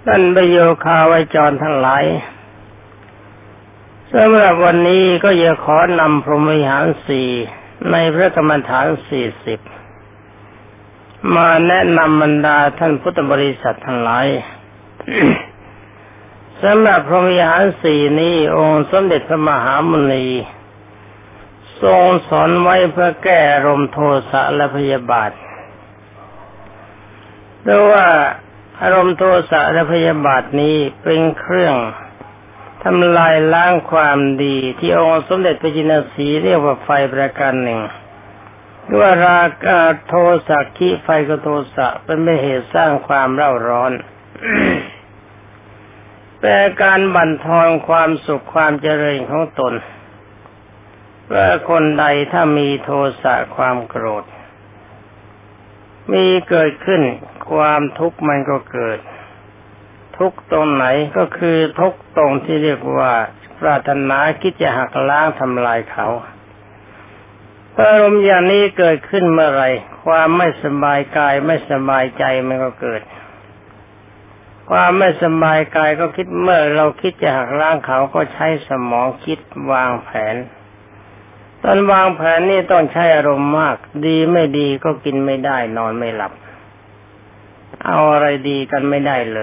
ท่านประโยคาวจรทั้งหลายสำหรับวันนี้ก็จะขอนำพรหมวิหารสี่ในพระกรรมฐาน40มาแนะนำบรรดาท่านพุทธบริษัททั้งหลาย สำหรับพรหมวิหารสี่นี้องค์สมเด็จพระมหามุนีทรงสอนไว้เพื่อแก้อารมณ์โทสะและพยาบาทเพราะว่าอารมณ์โทสะและพยาบาทนี้เป็นเครื่องทำลายล้างความดีที่องค์สมเด็จพระจินสีห์เรียกว่าไฟประการหนึ่งด้วยราคะโทสะขิไฟกับโทสะเป็นเหตุสร้างความเร่าร้อน เป็นการบั่นทอนความสุขความเจริญของตนว่าคนใดถ้ามีโทสะความโกรธมีเกิดขึ้นความทุกข์มันก็เกิดทุกตรงไหนก็คือทุกตรงที่เรียกว่าปรารถนาคิดจะหักล้างทำลายเขาอารมณ์อย่างนี้เกิดขึ้นเมื่อไรความไม่สบายกายไม่สบายใจมันก็เกิดความไม่สบายกายก็คิดเมื่อเราคิดจะหักล้างเขาก็ใช้สมองคิดวางแผนตอนวางแผนนี่ต้องใช้อารมณ์มากดีไม่ดีก็กินไม่ได้นอนไม่หลับเอาอะไรดีกันไม่ได้เลย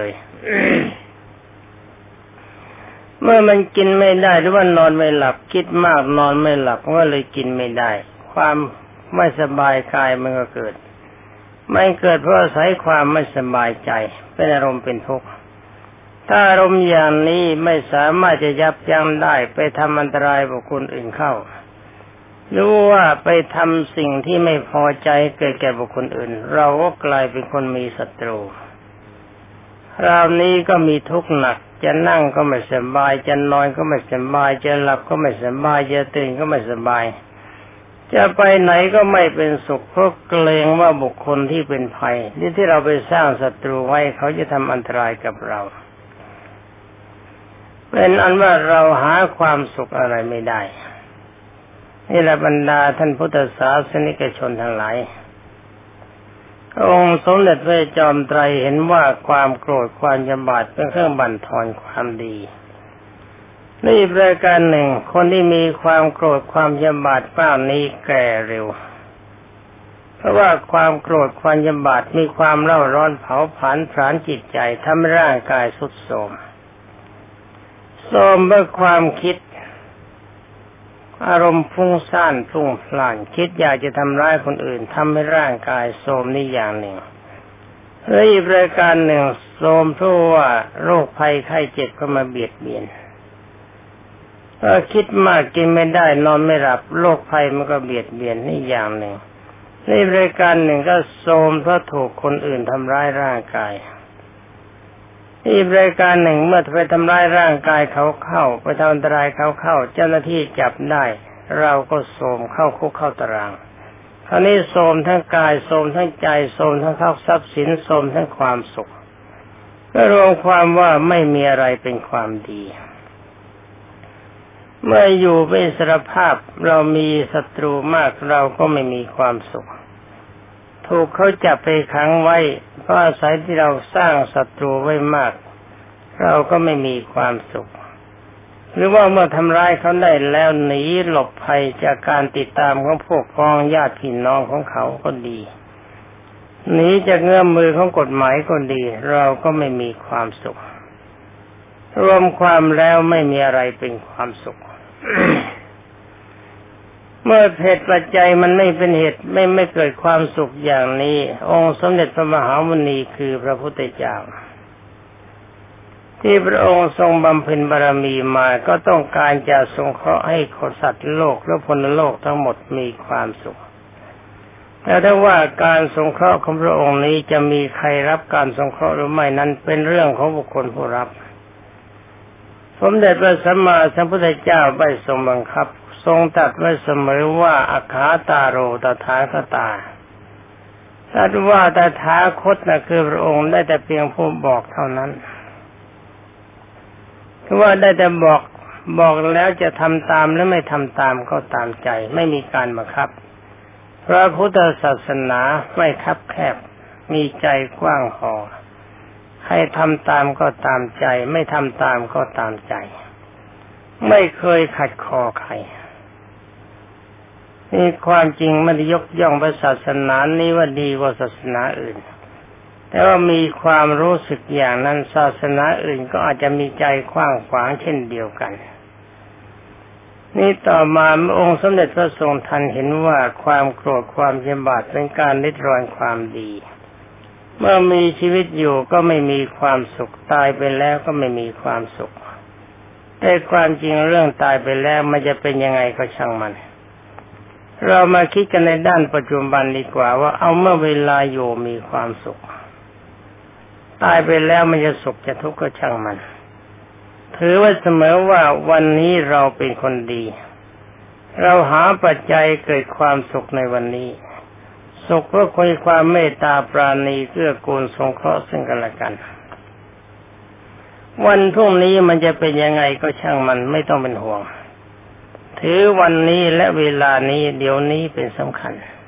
เมื่อมันกินไม่ได้หรือว่านอนไม่หลับคิดมากนอนไม่หลับก็เลยกินไม่ได้ความไม่สบายกายมันก็เกิดไม่เกิดเพราะอาศัยความไม่สบายใจเป็นอารมณ์เป็นทุกข์ถ้าอารมณ์อย่างนี้ไม่สามารถจะยับยั้งได้ไปทำอันตรายบุคคลอื่นเข้ารู้ว่าไปทำสิ่งที่ไม่พอใจเกิดแก่บุคคลอื่นเราก็กลายเป็นคนมีศัตรูคราวนี้ก็มีทุกข์หนักจะนั่งก็ไม่สบายจะนอนก็ไม่สบายจะหลับก็ไม่สบายจะตื่นก็ไม่สบายจะไปไหนก็ไม่เป็นสุขเพราะเกรงว่าบุคคลที่เป็นภัยที่เราไปสร้างศัตรูไว้เขาจะทำอันตรายกับเราเป็นอันว่าเราหาความสุขอะไรไม่ได้นี่แหละบรรดาท่านพุทธศาสนิกชนทั้งหลายองค์สมเด็จพระจอมไตรเห็นว่าความโกรธความยำบาดเป็นเครื่องบั่นทอนความดีนี่ประการหนึ่งคนที่มีความโกรธความยำบาดป้านี้แก่เร็วเพราะว่าความโกรธความยำบาดมีความเร่าร้อนเผาผลาญจิตใจทำให้ร่างกายทรุดโทรมเพราะความคิดอารมณ์ฟุ้งซ่านพลุ่งพล่านคิดอยากจะทำร้ายคนอื่นทำให้ร่างกายโทรมนี่อย่างหนึ่งและอีกประการหนึ่งโทรมเพราะว่าโรคภัยไข้เจ็บก็มาเบียดเบียนถ้าคิดมากกินไม่ได้นอนไม่หลับโรคภัยมันก็เบียดเบียนนี่อย่างหนึ่งนี่บริการหนึ่งก็โทรมเพราะถูกคนอื่นทำร้ายร่างกายนี่บริการหนึ่งเมื่อไปทำร้ายร่างกายเขาเข้าไปทำอันตรายเขาเข้าเจ้าหน้าที่จับได้เราก็โทรมเข้าคุกเข้าตารางคราวนี้โทรมทั้งกายโทรมทั้งใจโทรมทั้งทรัพย์สินโทรมทั้งความสุขก็รวมความว่าไม่มีอะไรเป็นความดีเมื่ออยู่เป็นอิสรภาพเรามีศัตรูมากเราก็ไม่มีความสุขถูกเขาจับไปขังไว้เพราะอาศัยที่เราสร้างศัตรูไว้มากเราก็ไม่มีความสุขหรือว่าเมื่อทำร้ายเขาได้แล้วหนีหลบภัยจากการติดตามของพวกพ้องญาติพี่น้องของเขาก็ดีหนีจากเงื้อมมือของกฎหมายก็ดีเราก็ไม่มีความสุขรวมความแล้วไม่มีอะไรเป็นความสุข เมื่อเหตุปัจจัยมันไม่เป็นเหตุไม่เกิดความสุขอย่างนี้องค์สมเด็จพระมหามุนีคือพระพุทธเจ้าที่พระองค์ทรงบำเพ็ญบารมีมาก็ต้องการจะสงเคราะห์ให้คนสัตว์โลกและพลโลกทั้งหมดมีความสุขแต่ถ้าว่าการสงเคราะห์ของพระองค์นี้จะมีใครรับการสงเคราะห์หรือไม่นั้นเป็นเรื่องของบุคคลผู้รับสมเด็จพระสัมมาสัมพุทธเจ้าได้ทรงบังคับทรงตรัสไว้เสมอว่าอัคคาตาโรตถาคตาตรัสว่าตถาคตน่ะคือพระองค์ได้แต่เพียงผู้บอกเท่านั้นคือว่าได้แต่บอกแล้วจะทำตามและไม่ทำตามก็ตามใจไม่มีการบังคับพระพุทธศาสนาไม่คับแคบมีใจกว้างพอใครทำตามก็ตามใจไม่ทำตามก็ตามใจไม่เคยขัดคอใครนี่ความจริงไม่ได้ยกย่องศาสนานี้ว่าดีกว่าศาสนาอื่นแต่ว่ามีความรู้สึกอย่างนั้นศาสนาอื่นก็อาจจะมีใจกว้างขวางเช่นเดียวกันนี่ต่อมาองค์สมเด็จพระทรงทันเห็นว่าความโกรธความพยาบาทเป็นการริดรอนความดีเมื่อมีชีวิตอยู่ก็ไม่มีความสุขตายไปแล้วก็ไม่มีความสุขแต่ความจริงเรื่องตายไปแล้วมันจะเป็นยังไงก็ช่างมันเรามาคิดกันในด้านปัจจุบันดีกว่าว่าเอาเมื่อเวลาอยู่มีความสุขตายไปแล้วมันจะสุขจะทุกข์ก็ช่างมันถือไว้เสมอว่าวันนี้เราเป็นคนดีเราหาปัจจัยเกิดความสุขในวันนี้สุขเพราะคุยความเมตตาปราณีเกื้อกูลสงเคราะห์ซึ่งกันและกันวันพรุ่งนี้มันจะเป็นยังไงก็ช่างมันไม่ต้องเป็นห่วงถือวันนี้และเวลานี้เดี๋ยวนี้เป็นสำคัญ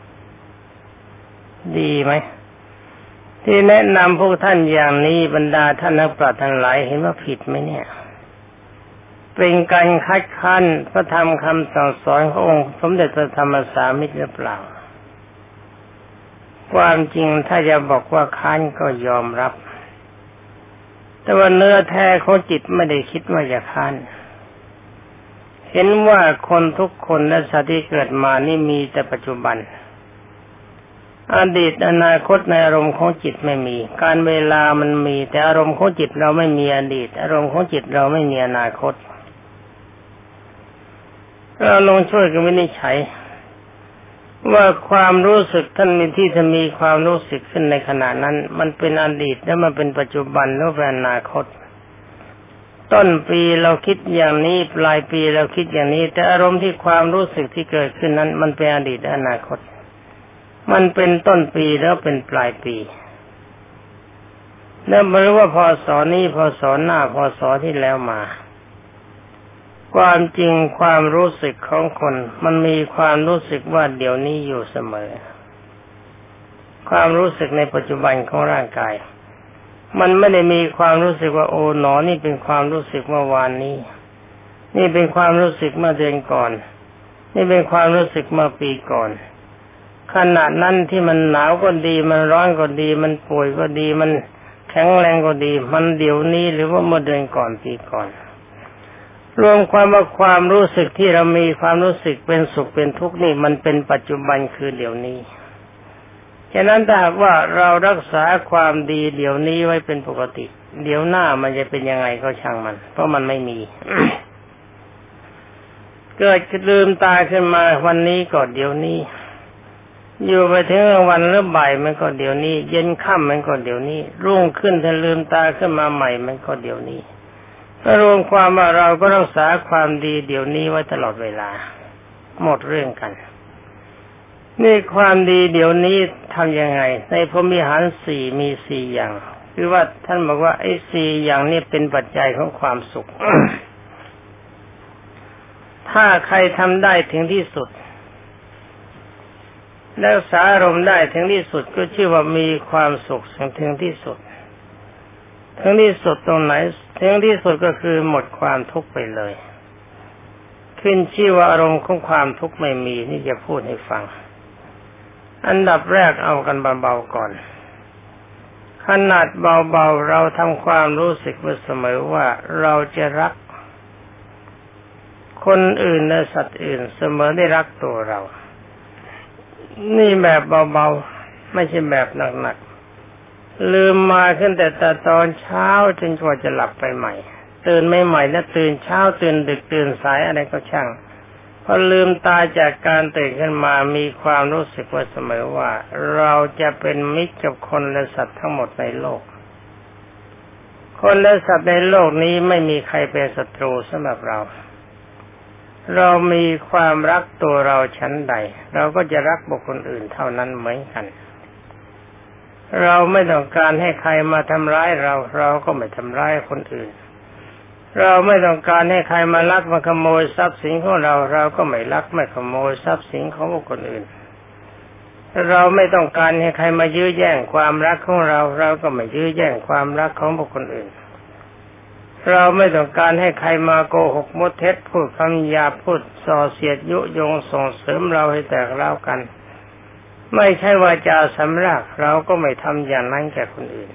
ดีไหมที่แนะนำพวกท่านอย่างนี้บรรดาท่านนักปราชญ์ทั้งหลายเห็นว่าผิดไหมเนี่ยเป็นการคัดค้านพระธรรมคำสั่งสอนขององค์สมเด็จพระธรรมสามิตรหรือเปล่าความจริงถ้าจะบอกว่าค้านก็ยอมรับแต่ว่าเนื้อแท้ของจิตไม่ได้คิดว่าจะค้านเห็นว่าคนทุกคนและสัตว์ที่เกิดมานี่มีแต่ปัจจุบันอดีตอนาคตในอารมณ์ของจิตไม่มีการเวลามันมีแต่อารมณ์ของจิตเราไม่มีอดีตอารมณ์ของจิตเราไม่มีอนาคตเราลองช่วยกันวินิจฉัยว่าความรู้สึกท่านมีที่จะมีความรู้สึกขึ้นในขณะนั้นมันเป็นอดีตแล้วมันเป็นปัจจุบันหรือเป็นอนาคตต้นปีเราคิดอย่างนี้ปลายปีเราคิดอย่างนี้แต่อารมณ์ที่ความรู้สึกที่เกิดขึ้นนั้นมันเป็นอดีตและอนาคตมันเป็นต้นปีแล้วเป็นปลายปีแล้วไม่รู้ว่าพศนี้พศหน้าพศที่แล้วมาความจริงความรู้สึกของคนมันมีความรู้สึกว่าเดี๋ยวนี้อยู่เสมอความรู้สึกในปัจจุบันของร่างกายมันไม่ได้มีความรู้สึกว่าโอ้หนอนี่เป็นความรู้สึกเมื่อวานนี้นี่เป็นความรู้สึกเมื่อเดือนก่อนนี่เป็นความรู้สึกเมื่อปีก่อนขณะนั้นที่มันหนาวก็ดีมันร้อนก็ดีมันป่วยก็ดีมันแข็งแรงก็ดีมันเดี๋ยวนี้หรือว่าเมื่อเดือนก่อนปีก่อนรวมความว่าความรู้สึกที่เรามีความรู้สึกเป็นสุขเป็นทุกข์นี่มันเป็นปัจจุบันคือเดี๋ยวนี้ฉะนั้นถ้าหากว่าเรารักษาความดีเดี๋ยวนี้ไว้เป็นปกติเดี๋ยวหน้ามันจะเป็นยังไงก็ช่างมันเพราะมันไม่มี เกิดลืมตาขึ้นมาวันนี้ก็เดี๋ยวนี้อยู่ไปถึงวันหรือบ่ายมันก็เดี๋ยวนี้เย็นค่ำมันก็เดี๋ยวนี้รุ่งขึ้นถ้าลืมตาขึ้นมาใหม่มันก็เดี๋ยวนี้รวมความว่าเราก็รักษาความดีเดี๋ยวนี้ไว้ตลอดเวลาหมดเรื่องกันนี่ความดีเดี๋ยวนี้ทำยังไงในพรหมิหารสี่มีสี่อย่างคือว่าท่านบอกว่าไอ้สี่อย่างนี้เป็นปัจจัยของความสุข ถ้าใครทำได้ถึงที่สุดรักษาอารมณ์ได้ถึงที่สุดก็ชื่อว่ามีความสุขถึงที่สุดถึงที่สุดตรงไหนถึงที่สุดก็คือหมดความทุกข์ไปเลยขึ้นชื่อว่าอารมณ์ของความทุกข์ไม่มีนี่จะพูดให้ฟังอันดับแรกเอากันเบาๆก่อนขนาดเบาๆเราทำความรู้สึกไว้เสมอว่าเราจะรักคนอื่นและสัตว์อื่นเสมอได้รักตัวเรานี่แบบเบาๆไม่ใช่แบบหนักๆลืมมาขึ้นแต่ตอนเช้าจนกว่าจะหลับไปใหม่ตื่นไม่ใหม่นะตื่นเช้าตื่นดึกตื่นสายอะไรก็ช่างพอลืมตาจากการตื่นขึ้นมามีความรู้สึกว่าเสมอว่าเราจะเป็นมิตรกับคนและสัตว์ทั้งหมดในโลกคนและสัตว์ในโลกนี้ไม่มีใครเป็นศัตรูสำหรับเรามีความรักตัวเราชั้นใดเราก็จะรักบุคคลอื่นเท่านั้นเหมือนกันเราไม่ต้องการให้ใครมาทำร้ายเราก็ไม่ทำร้ายคนอื่นเราไม่ต้องการให้ใครมาลักมาขโมยทรัพย์สินของเราก็ไม่ลักไม่ขโมยทรัพย์สินของบุคคลอื่นเราไม่ต้องการให้ใครมายื้อแย่งความรักของเรา เราก็ไม่ยื้อแย่งความรักของบุคคลอื่นเราไม่ต้องการให้ใครมาโกหกมดเท็จพูดคำหยาบพูดส่อเสียดยุยงส่งเสริมเราให้แตกร้าวกันไม่ใช่วาจาสำรักเราก็ไม่ทำอย่างนั้นแก่คนอื่น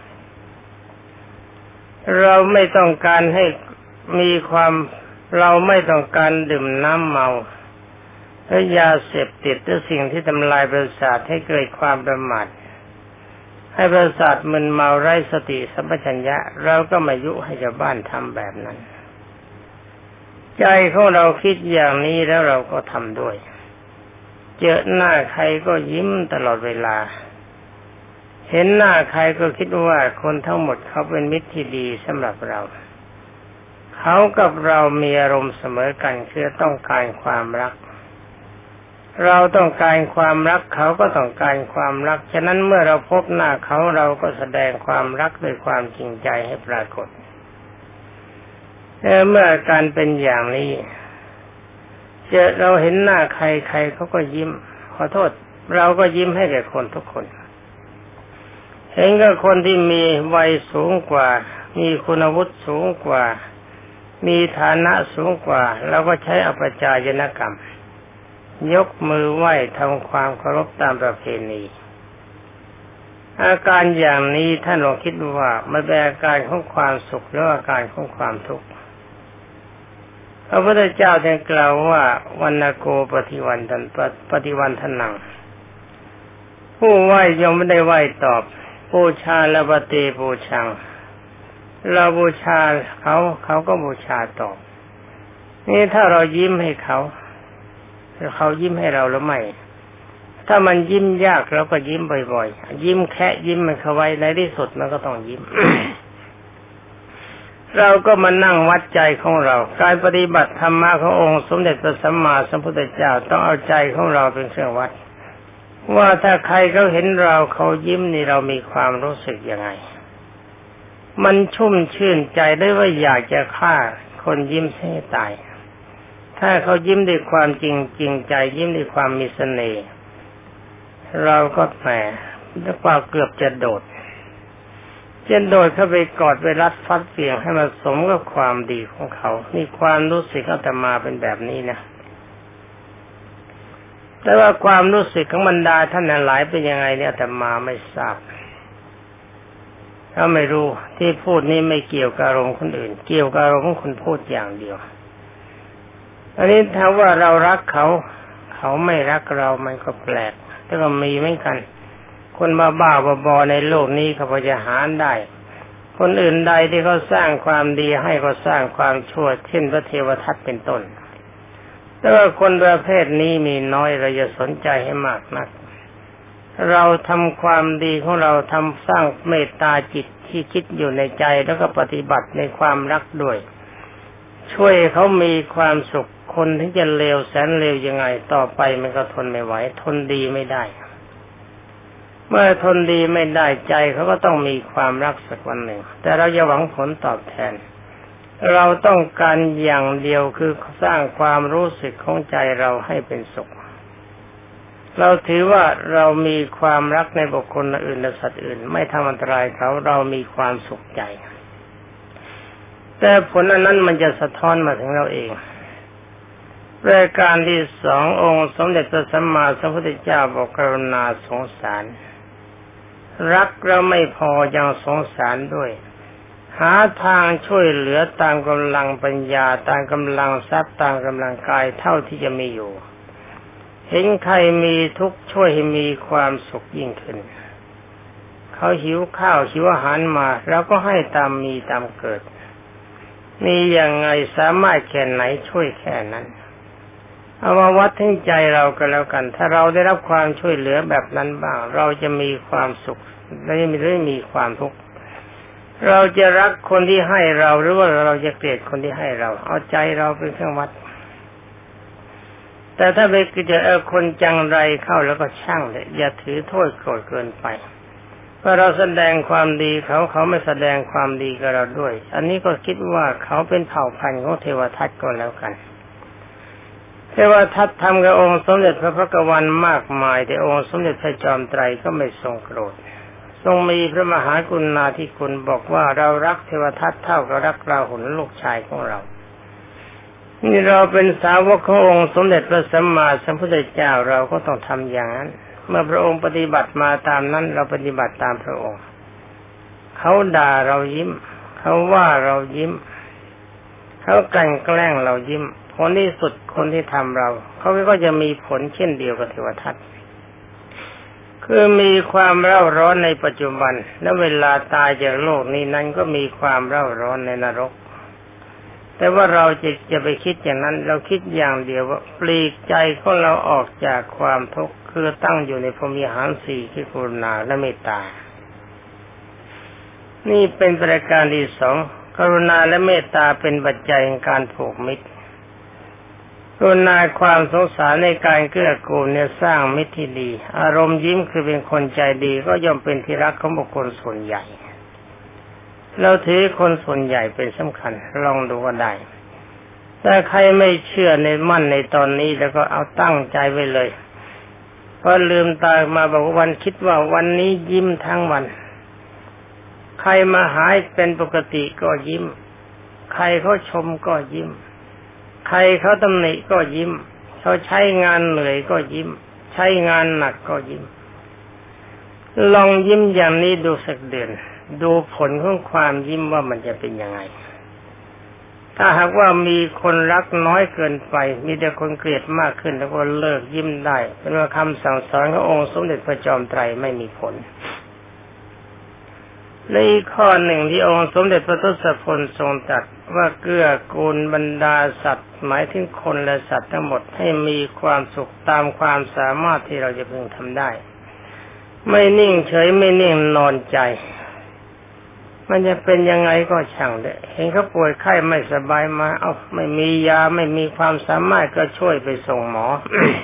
เราไม่ต้องการให้มีความเราไม่ต้องการดื่มน้ำเมาและยาเสพติดหรือสิ่งที่ทำลายประสาทให้เกิดความประมาทให้ประสาทมึนเมาไร้สติสัมปชัญญะเราก็ไม่ยุให้ชาวบ้านทำแบบนั้นใจของเราคิดอย่างนี้แล้วเราก็ทำด้วยเจอหน้าใครก็ยิ้มตลอดเวลาเห็นหน้าใครก็คิดว่าคนทั้งหมดเขาเป็นมิตรที่ดีสำหรับเราเขากับเรามีอารมณ์เสมอกันคือต้องการความรักเราต้องการความรักเขาก็ต้องการความรักฉะนั้นเมื่อเราพบหน้าเขาเราก็แสดงความรักด้วยความจริงใจให้ปรากฏเมื่อการเป็นอย่างนี้เราเห็นหน้าใครใครเขาก็ยิ้มขอโทษเราก็ยิ้มให้แก่คนทุกคนเห็นกับคนที่มีวัยสูงกว่ามีคุณวุฒิสูงกว่ามีฐานะสูงกว่าเราก็ใช้อภิชายนกรรมยกมือไหว้ทำความเคารพตามประเพณีอาการอย่างนี้ท่านลองคิดดูว่ามันเป็นอาการของความสุขหรืออาการของความทุกข์พระพุทธเจ้าได้กล่าวว่าวันโกปฏิวันทนังผู้ไหว้ย่อมไม่ได้ไหว้ตอบบูชาละปะเตบูชังเราบูชาเขาก็บูชาตอบนี่ถ้าเรายิ้มให้เขายิ้มให้เราหรือไม่ถ้ามันยิ้มยากเราก็ยิ้มบ่อยๆยิ้มแค่ยิ้มมันเข้าไว้ในที่สุดมันก็ต้องยิ้ม เราก็มานั่งวัดใจของเราการปฏิบัติธรรมะขององค์สมเด็จพระสัมมาสัมพุทธเจ้าต้องเอาใจของเราเป็นเครื่องวัดว่าถ้าใครเขาเห็นเราเขายิ้มนี่เรามีความรู้สึกยังไงมันชุ่มชื่นใจได้ว่าอยากจะฆ่าคนยิ้มให้ตายถ้าเขายิ้มด้วยความจริงใจยิ้มด้วยความมีเสน่ห์เราก็แหมแล้วกว่าเกือบจะโดดเข้าไปกอดไปรัดฟัดเบี่ยงให้มันสมกับความดีของเขานี่ความรู้สึกอาตมาเป็นแบบนี้นะแต่ว่าความรู้สึกของบรรดาท่านหลายเป็นยังไงเนี่ยอาตมาไม่ทราบถ้าไม่รู้ที่พูดนี้ไม่เกี่ยวกับอารมณ์คนอื่นเกี่ยวกับอารมณ์ของคนพูดอย่างเดียวอันนี้ถ้าว่าเรารักเขาไม่รักเรามันก็แปลกแต่ก็มีเหมือนกันคนบ้าๆบอๆในโลกนี้เขาพอจะหาได้คนอื่นใดที่เขาสร้างความดีให้ก็สร้างความชั่วเช่นพระเทวทัตเป็นต้นแต่ว่าคนประเภทนี้มีน้อยเราจะสนใจให้มากนักเราทำความดีของเราทำสร้างเมตตาจิตที่คิดอยู่ในใจแล้วก็ปฏิบัติในความรักด้วยช่วยเขามีความสุขคนที่จะเลวแสนเลวยังไงต่อไปมันก็ทนไม่ไหวทนดีไม่ได้เมื่อทนดีไม่ได้ใจเขาก็ต้องมีความรักสักวันหนึ่งแต่เราอย่าหวังผลตอบแทนเราต้องการอย่างเดียวคือสร้างความรู้สึกของใจเราให้เป็นสุขเราถือว่าเรามีความรักในบุคคลอื่นและสัตว์อื่นไม่ทำอันตรายเขาเรามีความสุขใจแต่ผลอันนั้นมันจะสะท้อนมาถึงเราเองรายการที่สององค์สมเด็จพระสัมมาสัมพุทธเจ้าบอกกรุณาสงสารรักเราไม่พอยังสงสารด้วยหาทางช่วยเหลือตามกำลังปัญญาตามกำลังทรัพย์ตามกำลังกายเท่าที่จะมีอยู่เห็นใครมีทุกข์ช่วยให้มีความสุขยิ่งขึ้นเขาหิวข้าวหิวอาหารมาเราก็ให้ตามมีตามเกิดมีอย่างไงสามารถแค่ไหนช่วยแค่นั้นเอามาวัดทั้งใจเราก็แล้วกันถ้าเราได้รับความช่วยเหลือแบบนั้นบ้างเราจะมีความสุขและไม่มีความทุกข์เราจะรักคนที่ให้เราหรือว่าเราจะเกลียดคนที่ให้เราเอาใจเราเป็นเครื่องวัดแต่ถ้าไปเจอคนจังไรเข้าแล้วก็ช่างเลยอย่าถือโทษโกรธเกินไปเพราะเราแสดงความดีเขาไม่แสดงความดีกับเราด้วยอันนี้ก็คิดว่าเขาเป็นเผ่าพันธุ์ของเทวทัตก็แล้วกันเทวทัตทำกับองค์สมเด็จพระพักวันมากมายแต่องค์สมเด็จพระจอมไตรก็ไม่ทรงโกรธทรงมีพระมหากรุณาธิคุณบอกว่าเรารักเทวทัตเท่ากับรักราหุลลูกชายของเรานี่เราเป็นสาวกขององค์สมเด็จพระสัมมาสัมพุทธเจ้าเราก็ต้องทำอย่างนั้นเมื่อพระองค์ปฏิบัติมาตามนั้นเราปฏิบัติตามพระองค์เขาด่าเรายิ้มเขาว่าเรายิ้มเขากลั่นแกล้งเรายิ้มผลที่สุดคนที่ทำเราเขาก็จะมีผลเช่นเดียวกับเทวทัตคือมีความเร่าร้อนในปัจจุบันและเวลาตายจากโลกนี้นั้นก็มีความเร่าร้อนในนรกแต่ว่าเราจะไปคิดอย่างนั้นเราคิดอย่างเดียวว่าปลีกใจของเราออกจากความทุกข์คือตั้งอยู่ในพรหมวิหารสี่คือกรุณาและเมตตานี่เป็นประการที่สองกรุณาและเมตตาเป็นปัจจัยในการผูกมิตรกรุณาความสงสารในการเกื้อกูลเนี่ยสร้างมิตรที่ดีอารมณ์ยิ้มคือเป็นคนใจดีก็ย่อมเป็นที่รักของบุคคลส่วนใหญ่เราถือคนส่วนใหญ่เป็นสำคัญลองดูก็ได้แต่ใครไม่เชื่อในมั่นในตอนนี้แล้วก็เอาตั้งใจไว้เลยพอลืมตามาบอกว่าวันคิดว่าวันนี้ยิ้มทั้งวันใครมาหาเป็นปกติก็ยิ้มใครเขาชมก็ยิ้มใครเขาตำหนิก็ยิ้มเขาใช้งานเหนื่อยก็ยิ้มใช้งานหนักก็ยิ้มลองยิ้มอย่างนี้ดูสักเดือนดูผลของความยิ้มว่ามันจะเป็นยังไงถ้าหากว่ามีคนรักน้อยเกินไปมีแต่คนเกลียดมากขึ้นแล้วก็เลิกยิ้มได้เป็นว่าคำสั่งสอนขององค์สมเด็จพระจอมไตรไม่มีผลในข้อหนึ่งที่องค์สมเด็จพระทศพลทรงตรัสว่าเกื้อกูลบรรดาสัตว์หมายถึงคนและสัตว์ทั้งหมดให้มีความสุขตามความสามารถที่เราจะพึงทำได้ไม่นิ่งเฉยไม่นิ่งนอนใจมันจะเป็นยังไงก็ช่างเถอะเห็นเขาป่วยไข้ไม่สบายมาไม่มียาไม่มีความสามารถก็ช่วยไปส่งหมอ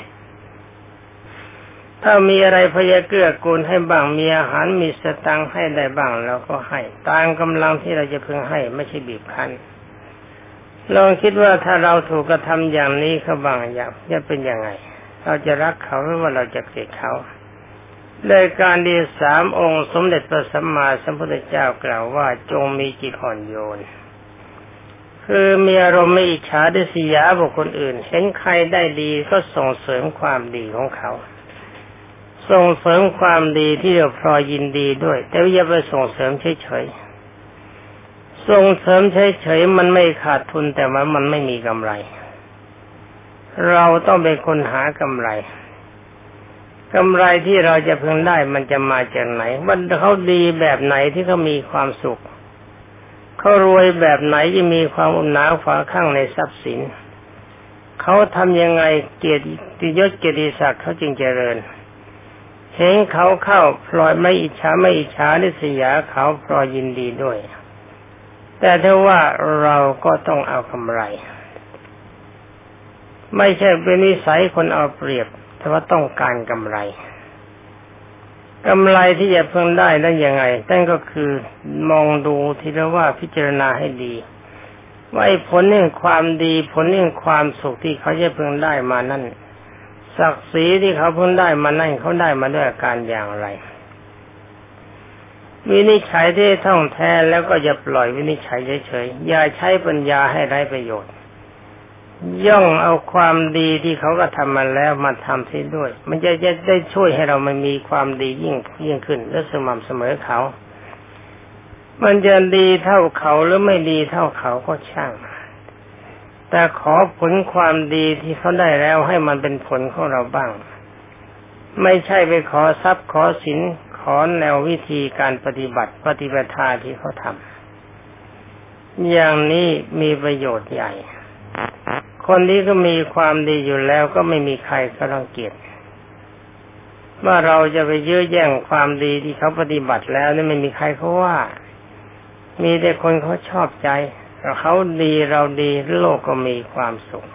ถ้ามีอะไรพยาเกื้อกูลให้บ้างมีอาหารมีสตังค์ให้ได้บ้างเราก็ให้ตามกำลังที่เราจะพึงให้ไม่ใช่บีบคั้นลองคิดว่าถ้าเราถูกกระทำอย่างนี้เขาบ้างอย่างจะเป็นยังไงเราจะรักเขาหรือว่าเราจะเกลียดเขาในการที่สามองค์สมเด็จพระสัมมาสัมพุทธเจ้ากล่าวว่าจงมีจิตอ่อนโยนคือมีอารมณ์ไม่อิจฉาริษยาบุคคลอื่นเห็นใครได้ดีก็ส่งเสริมความดีของเขาส่งเสริมความดีที่เราพลอยยินดีด้วยแต่อย่าไปส่งเสริมเฉยๆส่งเสริมเฉยๆมันไม่ขาดทุนแต่ว่ามันไม่มีกำไรเราต้องเป็นคนหากำไรที่เราจะพึงได้มันจะมาจากไหนว่าเขาดีแบบไหนที่เขามีความสุขเขารวยแบบไหนจะมีความอุ่นหนาฝาข้างในทรัพย์สินเขาทำยังไงเกียรติยศเกียรติศักดิ์เขาจึงเจริญเห็นเขาเข้าพลอยไม่อิจฉาริษยาเขาพลอยยินดีด้วยแต่ถ้าว่าเราก็ต้องเอากำไรไม่ใช่เป็นนิสัยคนเอาเปรียบแต่ว่าต้องการกำไรที่จะพึงได้นั้นยังไงนั่นก็คือมองดูทีละว่าพิจารณาให้ดีว่าผลแห่งความดีผลแห่งความสุขที่เขาจะพึงได้มานั้นศักดิ์ศรีที่เขาพึงได้มานั้นเขาได้มาด้วยอาการอย่างไรวินิจฉัยที่ท่องแท้แล้วก็อย่าปล่อยวินิจฉัยเฉยๆอย่าใช้ปัญญาให้ไร้ประโยชน์ย่องเอาความดีที่เขาก็ทำมาแล้วมาทำเสียด้วยมันจะได้ช่วยให้เรามันมีความดียิ่งขึ้นและสม่ำเสมอเขามันจะดีเท่าเขาหรือไม่ดีเท่าเขาก็ช่างแต่ขอผลความดีที่เขาได้แล้วให้มันเป็นผลของเราบ้างไม่ใช่ไปขอทรัพย์ขอสินขอแนววิธีการปฏิบัติปฏิบัติที่เขาทำอย่างนี้มีประโยชน์ใหญ่คนนี้ก็มีความดีอยู่แล้วก็ไม่มีใครก็รังเกียจว่าเราจะไปยื้อแย่งความดีที่เขาปฏิบัติแล้วนี่ไม่มีใครเขาว่ามีแต่คนเขาชอบใจเขาดีเราดีโลกก็มีความสุข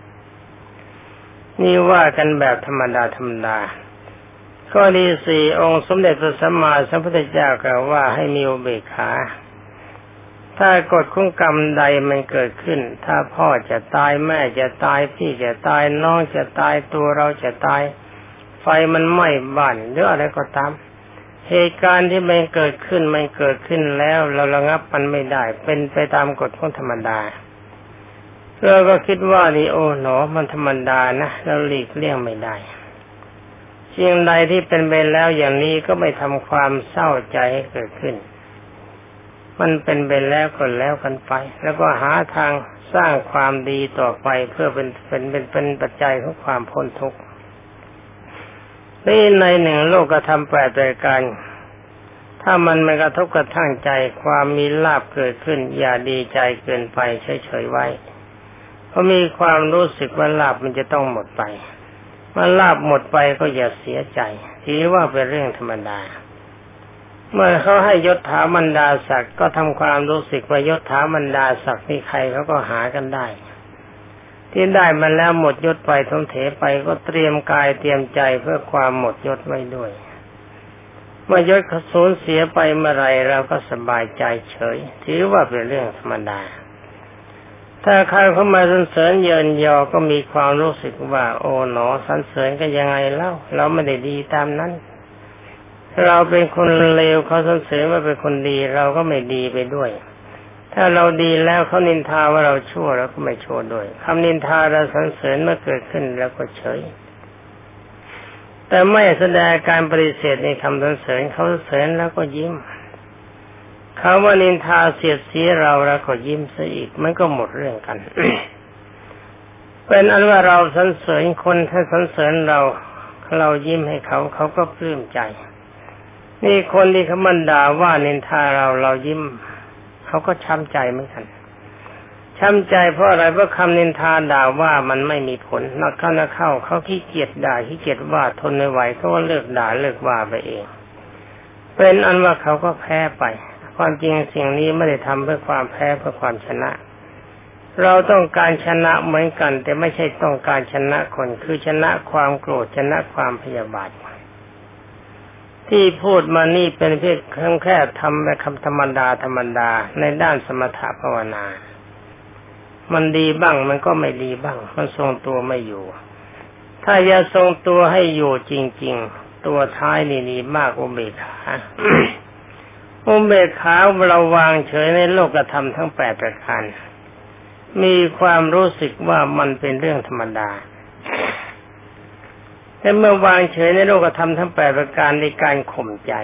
นี่ว่ากันแบบธรรมดาข้อที่สี่องค์สมเด็จพระสัมมาสัมพุทธเจ้ากล่าวว่าให้มีอุเบกขาถ้ากฎของกรรมใดมันเกิดขึ้นถ้าพ่อจะตายแม่จะตายพี่จะตายน้องจะตายตัวเราจะตายไฟมันไหม้บ้านหรืออะไรก็ตามเหตุการณ์ที่มันเกิดขึ้นแล้วเราระงับมันไม่ได้เป็นไปตามกฎของธรรมดาเราก็คิดว่านี่โอ้หนอมันธรรมดานะเราหลีกเลี่ยงไม่ได้สิ่งใดที่เป็นไปแล้วอย่างนี้ก็ไม่ทำความเศร้าใจให้เกิดขึ้นมันเป็นไปแล้วก็แล้วกันไปแล้วก็หาทางสร้างความดีต่อไปเพื่อเป็นปัจจัยของความพ้นทุกข์นี่ในหนึ่งโลกธรรม8ประการถ้ามันไม่กระทบกระทั่งใจความมีลาภเกิดขึ้นอย่าดีใจเกินไปเฉยๆไว้เพราะมีความรู้สึกว่าลาภมันจะต้องหมดไปเมื่อลาภหมดไปก็อย่าเสียใจถือว่าเป็นเรื่องธรรมดาเมื่อเขาให้ยศถาบรรดาศักดิ์ก็ทำความรู้สึกว่ายศถาบรรดาศักดิ์นี่ใครเขาก็หากันได้ที่ได้มันแล้วหมดยศไปท่องเถไปก็เตรียมกายเตรียมใจเพื่อความหมดยศไว้ด้วยเมื่อยศเขาสูญเสียไปเมื่อไรเราก็สบายใจเฉยถือว่าเป็นเรื่องธรรมดาถ้าใครเข้ามาสรรเสริญเยินยอก็มีความรู้สึกว่าโอ๋หนอสรรเสริญก็ยังไงเล่าเราไม่ได้ดีตามนั้นเราเป็นคนเลวเขาสรรเสริญว่าเป็นคนดีเราก็ไม่ดีไปด้วยถ้าเราดีแล้วเขานินทาว่าเราชั่วเราก็ไม่ชั่วด้วยคำนินทาเราสรรเสริญเมื่อเกิดขึ้นแล้วก็เฉยแต่ไม่แสดงการปฏิเสธในคำสรรเสริญเขาสรรเสริญแล้วก็ยิ้มเขาว่านินทาเสียดสีเราแล้วก็ยิ้มซะอีกมันก็หมดเรื่องกัน เป็นอันว่าเราสรรเสริญคนถ้าสรรเสริญเรายิ้มให้เขาเขาก็ปลื้มใจนี่คนที่เขามันด่าว่านินทาเรายิ้มเขาก็ช้ำใจเหมือนกันช้ำใจเพราะอะไรเพราะคำนินทาด่าว่ามันไม่มีผลนักเข้าเขาขี้เกียจด่าขี้เกียจว่าทนไม่ไหวเขาก็เลิกด่าเลิกว่าไปเองเป็นอันว่าเขาก็แพ้ไปความจริงสิ่งนี้ไม่ได้ทำเพื่อความแพ้เพื่อความชนะเราต้องการชนะเหมือนกันแต่ไม่ใช่ต้องการชนะคนคือชนะความโกรธชนะความพยาบาทที่พูดมานี่เป็นเพียงแค่ทำแบบคำธรรมดาในด้านสมถะภาวนามันดีบ้างมันก็ไม่ดีบ้างมันทรงตัวไม่อยู่ถ้าจะทรงตัวให้อยู่จริงๆตัวท้ายนี่ดีมากอุเบกขา อุเบกขาเราวางเฉยในโลกธรรมทั้ง8ประการมีความรู้สึกว่ามันเป็นเรื่องธรรมดาแต่เมื่อวางเฉยในโลกธรรมทั้ง8ประการในการข่มใจ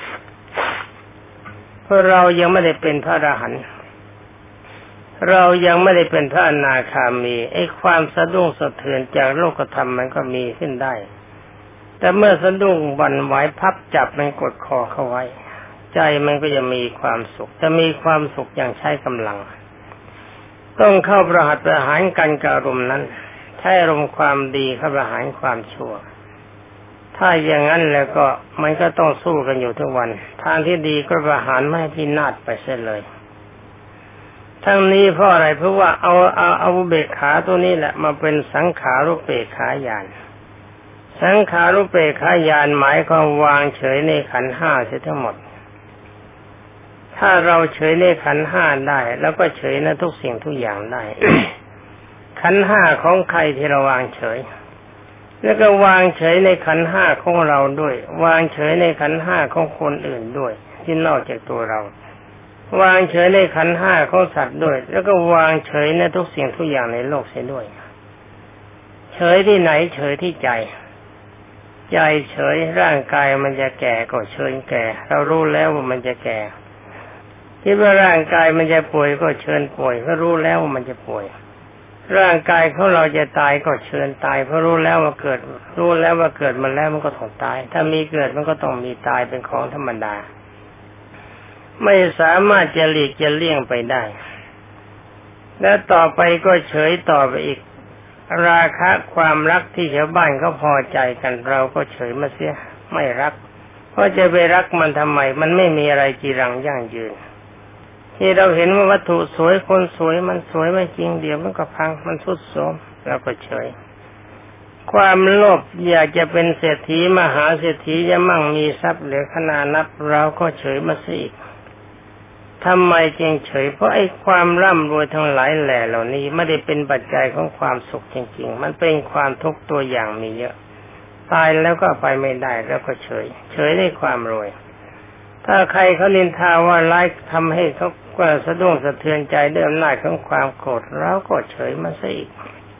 เพราะเรายังไม่ได้เป็นพระอรหันต์เรายังไม่ได้เป็นพระอนาคามีไอ้ความสะดุ้งสะเทือนจากโลกธรรมมันก็มีขึ้นได้แต่เมื่อสะดุ้งบั่นไหวพับจับมันกดคอเข้าไว้ใจมันก็จะมีความสุขจะมีความสุขอย่างใช้กำลังต้องเข้าประหัตประหารกันกับอารมณ์นั้นใช้อารมณ์ความดีเข้าประหารความชั่วถ้าอย่างนั้นแล้วก็มันก็ต้องสู้กันอยู่ทุกวันทางที่ดีก็ประหารไม่ให้พินาศไปเสียเลยทั้งนี้เพราะอะไรเพราะว่าเอาอุเบกขาตัวนี้แหละมาเป็นสังขารุปเปกขาญาณสังขารุปเปกขาญาณหมายความวางเฉยในขันธ์5เสียทั้งหมดถ้าเราเฉยในขันธ์5ได้แล้วก็เฉยในทุกสิ่งทุกอย่างได้ ขันธ์5ของใครที่เราวางเฉยแล้วก็วางเฉยในขันธ์5ของเราด้วยวางเฉยในขันธ์5ของคนอื่นด้วยที่นอกจากตัวเราวางเฉยในขันธ์5ของสัตว์ด้วยแล้วก็วางเฉยในทุกสิ่งทุกอย่างในโลกเสียด้วยเฉยที่ไหนเฉยที่ใจใจเฉยร่างกายมันจะแก่ก็เชิญแก่เรารู้แล้วว่ามันจะแก่คิดว่าร่างกายมันจะป่วยก็เชิญป่วยเพราะรู้แล้วว่ามันจะป่วยร่างกายของเราจะตายก็เชิญตายเพราะรู้แล้วว่าเกิดมาแล้วมันก็ต้องตายถ้ามีเกิดมันก็ต้องมีตายเป็นของธรรมดาไม่สามารถจะหลีกจะเลี่ยงไปได้และต่อไปก็เฉยต่อไปอีกราคะความรักที่ชาวบ้านเขาพอใจกันเราก็เฉยมาเสียไม่รักเพราะจะไปรักมันทำไมมันไม่มีอะไรจีรังยั่งยืนที่เราเห็นว่าวัตถุสวยคนสวยมันสวยไม่จริงเดี๋ยวมันก็พังมันทรุดโทรมเราก็เฉยความโลภอยากจะเป็นเศรษฐีมหาเศรษฐีจะมั่งมีทรัพย์เหลือขนาดนับเราก็เฉยมาสิทำไมจึงเฉยเพราะไอ้ความร่ำรวยทั้งหลายแหล่เหล่านี้ไม่ได้เป็นปัจจัยของความสุขจริงๆมันเป็นความทุกข์ตัวอย่างมีเยอะตายแล้วก็ไปไม่ได้แล้วก็เฉยในความรวยถ้าใครเขานินทาว่าร้ายทำให้เขาก็สะดุ้งสะเทือนใจด้วยอำนาจของความโกรธเราก็เฉยมาซะอีก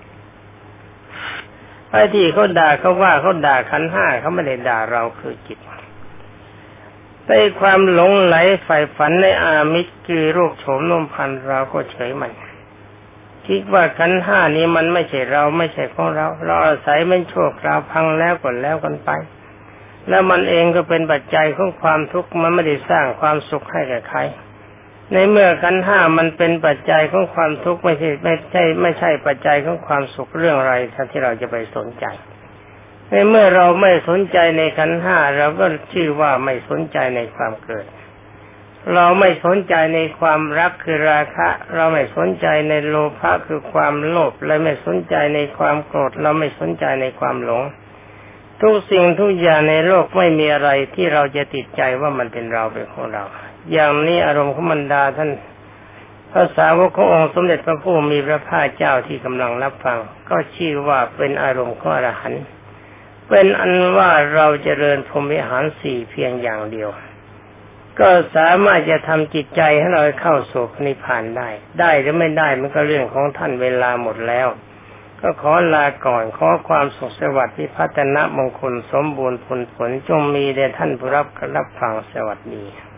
ไอ้ที่เขาด่าเขาว่าเขาด่าขันธ์ห้าเขาไม่ได้ด่าเราคือจิตในความหลงไหลใฝ่ฝันในอามิตรคือรูปโฉมนมพันธ์เราก็เฉยมันคิดว่าขันธ์ห้านี้มันไม่ใช่เราไม่ใช่ของเราอาศัยมันชั่วคราวพังแล้วก็แล้วกันไปแล้วมันเองก็เป็นปัจจัยของความทุกข์มันไม่ได้สร้างความสุขให้แก่ใครในเมื่อขันธ์ห้ามันเป็นปัจจัยของความทุกข์ไม่ใช่ปัจจัยของความสุขเรื่องอะไรที่เราจะไปสนใจในเมื่อเราไม่สนใจในขันธ์ห้าเราก็ชื่อว่าไม่สนใจในความเกิดเราไม่สนใจในความรักคือราคะเราไม่สนใจในโลภะคือความโลภและไม่สนใจในความโกรธเราไม่สนใจในความหลงทุกสิ่งทุกอย่างในโลกไม่มีอะไรที่เราจะติดใจว่ามันเป็นเราเป็นของเราอย่างนี้อารมณ์ของบรรดาท่านพระสาวกขององค์สมเด็จพระผู้มีพระภาคเจ้าที่กำลังรับฟังก็ชื่อว่าเป็นอารมณ์ของอรหันต์เป็นอันว่าเราเจริญพรหมวิหารสี่เพียงอย่างเดียวก็สามารถจะทำจิตใจให้เราเข้าสู่นิพพานได้หรือไม่ได้มันก็เรื่องของท่านเวลาหมดแล้วก็ขอลาก่อนขอความสุขสวัสดิ์พิพัฒนมงคลสมบูรณ์ผลจงมีแด่ท่านผู้รับฟังสวัสดี